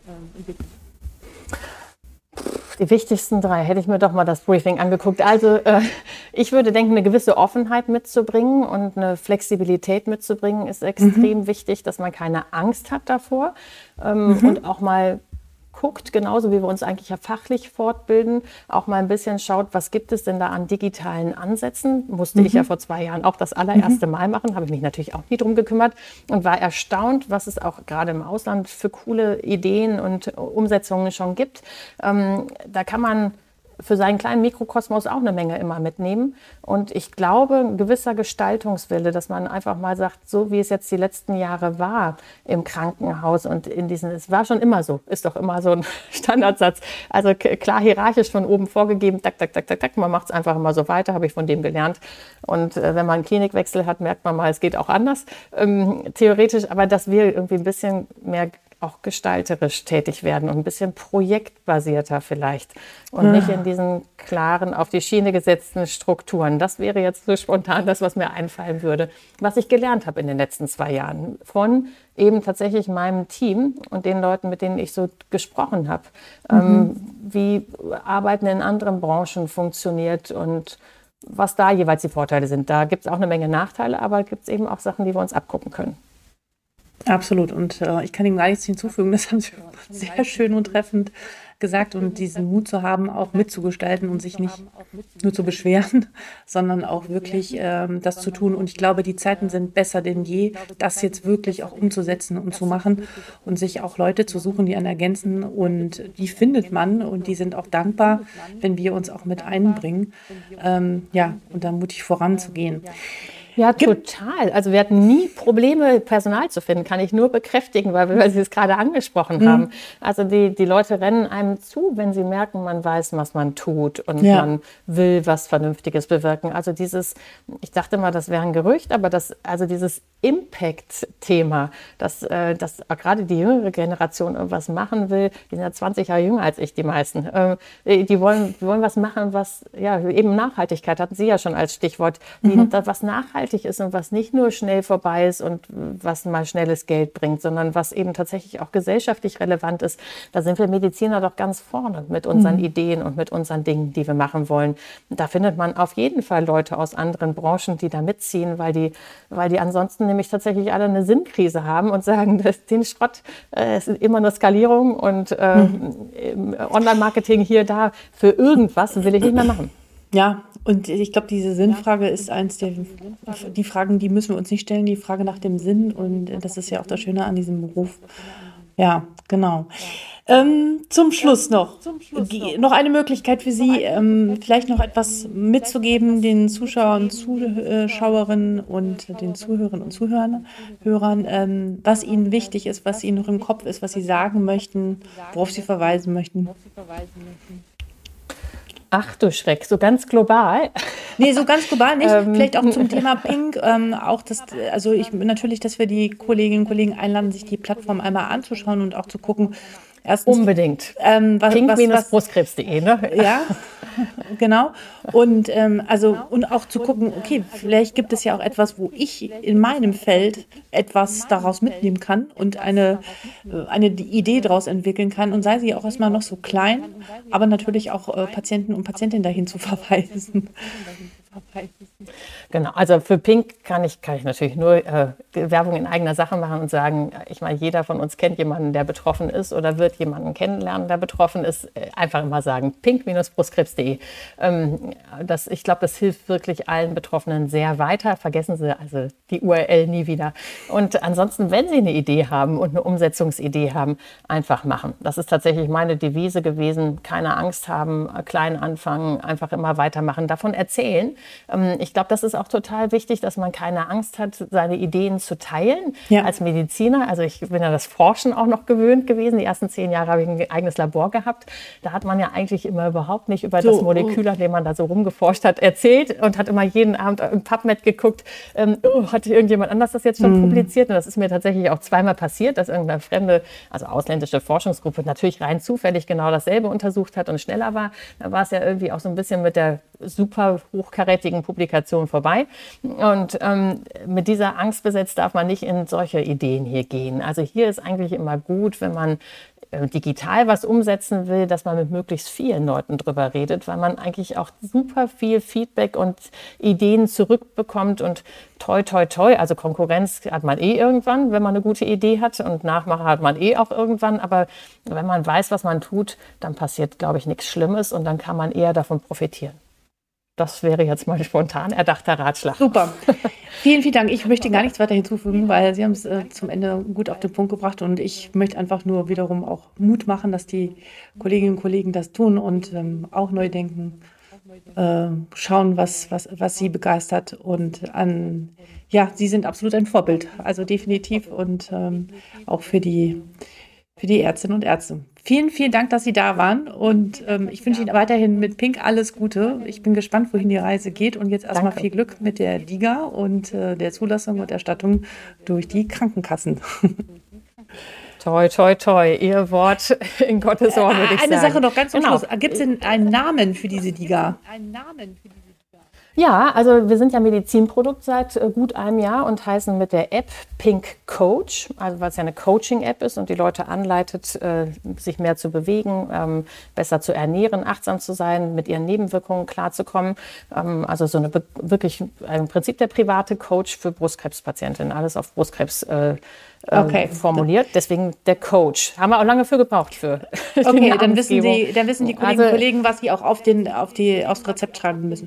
Die wichtigsten 3, hätte ich mir doch mal das Briefing angeguckt. Also ich würde denken, eine gewisse Offenheit mitzubringen und eine Flexibilität mitzubringen, ist extrem wichtig, dass man keine Angst hat davor und auch mal guckt, genauso wie wir uns eigentlich ja fachlich fortbilden, auch mal ein bisschen schaut, was gibt es denn da an digitalen Ansätzen. Musste ich ja vor 2 Jahren auch das allererste Mal machen, habe ich mich natürlich auch nie drum gekümmert und war erstaunt, was es auch gerade im Ausland für coole Ideen und Umsetzungen schon gibt. Da kann man für seinen kleinen Mikrokosmos auch eine Menge immer mitnehmen. Und ich glaube, ein gewisser Gestaltungswille, dass man einfach mal sagt, so wie es jetzt die letzten Jahre war im Krankenhaus und es war schon immer so, ist doch immer so ein Standardsatz. Also klar hierarchisch von oben vorgegeben, tak, tak, tak, tak, tak, man macht es einfach immer so weiter, habe ich von dem gelernt. Und wenn man einen Klinikwechsel hat, merkt man mal, es geht auch anders, theoretisch, aber dass wir irgendwie ein bisschen mehr auch gestalterisch tätig werden und ein bisschen projektbasierter vielleicht und nicht in diesen klaren, auf die Schiene gesetzten Strukturen. Das wäre jetzt so spontan das, was mir einfallen würde, was ich gelernt habe in den letzten 2 Jahren von eben tatsächlich meinem Team und den Leuten, mit denen ich so gesprochen habe, wie Arbeiten in anderen Branchen funktioniert und was da jeweils die Vorteile sind. Da gibt es auch eine Menge Nachteile, aber gibt es eben auch Sachen, die wir uns abgucken können. Absolut. Und ich kann ihm gar nichts hinzufügen. Das haben Sie sehr schön und treffend gesagt. Und diesen Mut zu haben, auch mitzugestalten und sich nicht nur zu beschweren, sondern auch wirklich das zu tun. Und ich glaube, die Zeiten sind besser denn je, das jetzt wirklich auch umzusetzen und zu machen und sich auch Leute zu suchen, die einen ergänzen. Und die findet man und die sind auch dankbar, wenn wir uns auch mit einbringen. Und da mutig voranzugehen. Ja, total. Also wir hatten nie Probleme, Personal zu finden, kann ich nur bekräftigen, weil Sie es gerade angesprochen haben. Also die Leute rennen einem zu, wenn sie merken, man weiß, was man tut und man will was Vernünftiges bewirken. Also ich dachte mal, das wäre ein Gerücht, aber dieses Impact-Thema, dass gerade die jüngere Generation irgendwas machen will, die sind ja 20 Jahre jünger als ich, die meisten, die wollen was machen, was eben Nachhaltigkeit, hatten Sie ja schon als Stichwort, was nachhaltig ist und was nicht nur schnell vorbei ist und was mal schnelles Geld bringt, sondern was eben tatsächlich auch gesellschaftlich relevant ist. Da sind wir Mediziner doch ganz vorne mit unseren Ideen und mit unseren Dingen, die wir machen wollen. Da findet man auf jeden Fall Leute aus anderen Branchen, die da mitziehen, weil die ansonsten nämlich tatsächlich alle eine Sinnkrise haben und sagen, den Schrott ist immer nur Skalierung und Online-Marketing hier, da, für irgendwas will ich nicht mehr machen. Ja, und ich glaube, diese Sinnfrage ist eins die Fragen, die müssen wir uns nicht stellen, die Frage nach dem Sinn. Und das ist ja auch das Schöne an diesem Beruf. Ja, genau. Zum Schluss noch eine Möglichkeit für Sie, vielleicht noch etwas mitzugeben den Zuschauern und Zuschauerinnen und den Zuhörerinnen und Zuhörern, was Ihnen wichtig ist, was Ihnen noch im Kopf ist, was Sie sagen möchten, worauf Sie verweisen möchten. Ach du Schreck, so ganz global? Nee, so ganz global nicht. Vielleicht auch zum Thema Pink. Natürlich, dass wir die Kolleginnen und Kollegen einladen, sich die Plattform einmal anzuschauen und auch zu gucken. Erstens, unbedingt. Pink-brustkrebs.de, ne? Ja, genau. Und und auch zu gucken, okay, vielleicht gibt es ja auch etwas, wo ich in meinem Feld etwas daraus mitnehmen kann und eine Idee daraus entwickeln kann und sei sie auch erstmal noch so klein, aber natürlich auch Patienten und Patientinnen dahin zu verweisen. Genau, also für Pink kann ich natürlich nur Werbung in eigener Sache machen und sagen, ich meine, jeder von uns kennt jemanden, der betroffen ist oder wird jemanden kennenlernen, der betroffen ist. Einfach immer sagen, pink-brustkrebs.de. Ich glaube, das hilft wirklich allen Betroffenen sehr weiter. Vergessen Sie also die URL nie wieder. Und ansonsten, wenn Sie eine Idee haben und eine Umsetzungsidee haben, einfach machen. Das ist tatsächlich meine Devise gewesen. Keine Angst haben, klein anfangen, einfach immer weitermachen, davon erzählen. Ich glaube, das ist auch total wichtig, dass man keine Angst hat, seine Ideen zu teilen als Mediziner. Also ich bin ja das Forschen auch noch gewöhnt gewesen. Die ersten 10 Jahre habe ich ein eigenes Labor gehabt. Da hat man ja eigentlich immer überhaupt nicht über das Molekül, an dem man da so rumgeforscht hat, erzählt und hat immer jeden Abend im PubMed geguckt, hat irgendjemand anders das jetzt schon publiziert? Und das ist mir tatsächlich auch zweimal passiert, dass irgendeine fremde, also ausländische Forschungsgruppe natürlich rein zufällig genau dasselbe untersucht hat und schneller war. Da war es ja irgendwie auch so ein bisschen mit der super hochkarätigen Publikation vorbei. Und mit dieser Angst besetzt darf man nicht in solche Ideen hier gehen. Also hier ist eigentlich immer gut, wenn man digital was umsetzen will, dass man mit möglichst vielen Leuten drüber redet, weil man eigentlich auch super viel Feedback und Ideen zurückbekommt und toi, toi, toi, also Konkurrenz hat man irgendwann, wenn man eine gute Idee hat und Nachmacher hat man auch irgendwann, aber wenn man weiß, was man tut, dann passiert, glaube ich, nichts Schlimmes und dann kann man eher davon profitieren. Das wäre jetzt mal spontan erdachter Ratschlag. Super. Vielen, vielen Dank. Ich möchte gar nichts weiter hinzufügen, weil Sie haben es zum Ende gut auf den Punkt gebracht und ich möchte einfach nur wiederum auch Mut machen, dass die Kolleginnen und Kollegen das tun und auch neu denken, schauen, was Sie begeistert und Sie sind absolut ein Vorbild, also definitiv und auch für die Ärztinnen und Ärzte. Vielen, vielen Dank, dass Sie da waren und ich wünsche Ihnen weiterhin mit Pink alles Gute. Ich bin gespannt, wohin die Reise geht und jetzt erstmal viel Glück mit der DIGA und der Zulassung und Erstattung durch die Krankenkassen. Toi, toi, toi. Ihr Wort in Gottes Ohr, würde ich sagen. Eine Sache noch ganz zum Schluss. Gibt es denn einen Namen für diese DIGA? Ja, also wir sind ja Medizinprodukt seit gut einem Jahr und heißen mit der App Pink Coach, also weil es ja eine Coaching-App ist und die Leute anleitet, sich mehr zu bewegen, besser zu ernähren, achtsam zu sein, mit ihren Nebenwirkungen klarzukommen. Also so wirklich im Prinzip der private Coach für Brustkrebspatientinnen, alles auf Brustkrebs formuliert. Deswegen der Coach. Haben wir auch lange für gebraucht. Okay, dann wissen die Kolleginnen und Kollegen, was sie auch aufs Rezept schreiben müssen.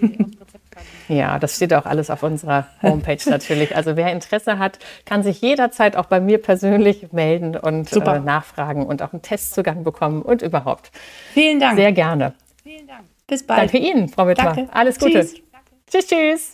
Ja, das steht auch alles auf unserer Homepage natürlich. Also wer Interesse hat, kann sich jederzeit auch bei mir persönlich melden und nachfragen und auch einen Testzugang bekommen und überhaupt. Vielen Dank. Sehr gerne. Vielen Dank. Bis bald. Danke Ihnen, Frau Wittmer. Danke. Alles Gute. Tschüss. Tschüss, tschüss.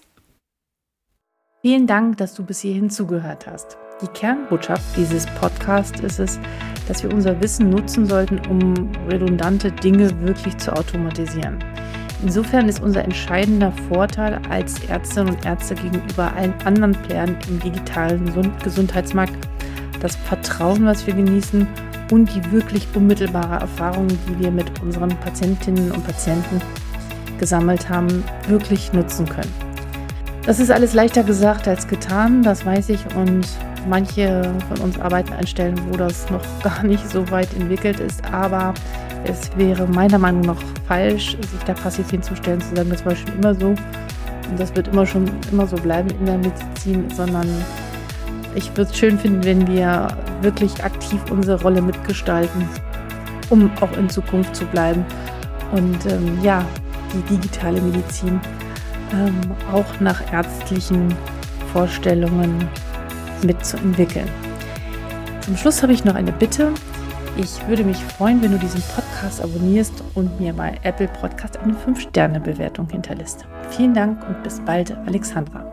Vielen Dank, dass du bis hierhin zugehört hast. Die Kernbotschaft dieses Podcasts ist es, dass wir unser Wissen nutzen sollten, um redundante Dinge wirklich zu automatisieren. Insofern ist unser entscheidender Vorteil als Ärztinnen und Ärzte gegenüber allen anderen Playern im digitalen Gesundheitsmarkt das Vertrauen, was wir genießen und die wirklich unmittelbare Erfahrung, die wir mit unseren Patientinnen und Patienten gesammelt haben, wirklich nutzen können. Das ist alles leichter gesagt als getan, das weiß ich, und manche von uns arbeiten an Stellen, wo das noch gar nicht so weit entwickelt ist, aber es wäre meiner Meinung nach falsch, sich da passiv hinzustellen, zu sagen, das war schon immer so und das wird immer so bleiben in der Medizin, sondern ich würde es schön finden, wenn wir wirklich aktiv unsere Rolle mitgestalten, um auch in Zukunft zu bleiben und die digitale Medizin auch nach ärztlichen Vorstellungen mitzuentwickeln. Zum Schluss habe ich noch eine Bitte. Ich würde mich freuen, wenn du diesen Podcast abonnierst und mir bei Apple Podcast eine 5-Sterne-Bewertung hinterlässt. Vielen Dank und bis bald, Alexandra.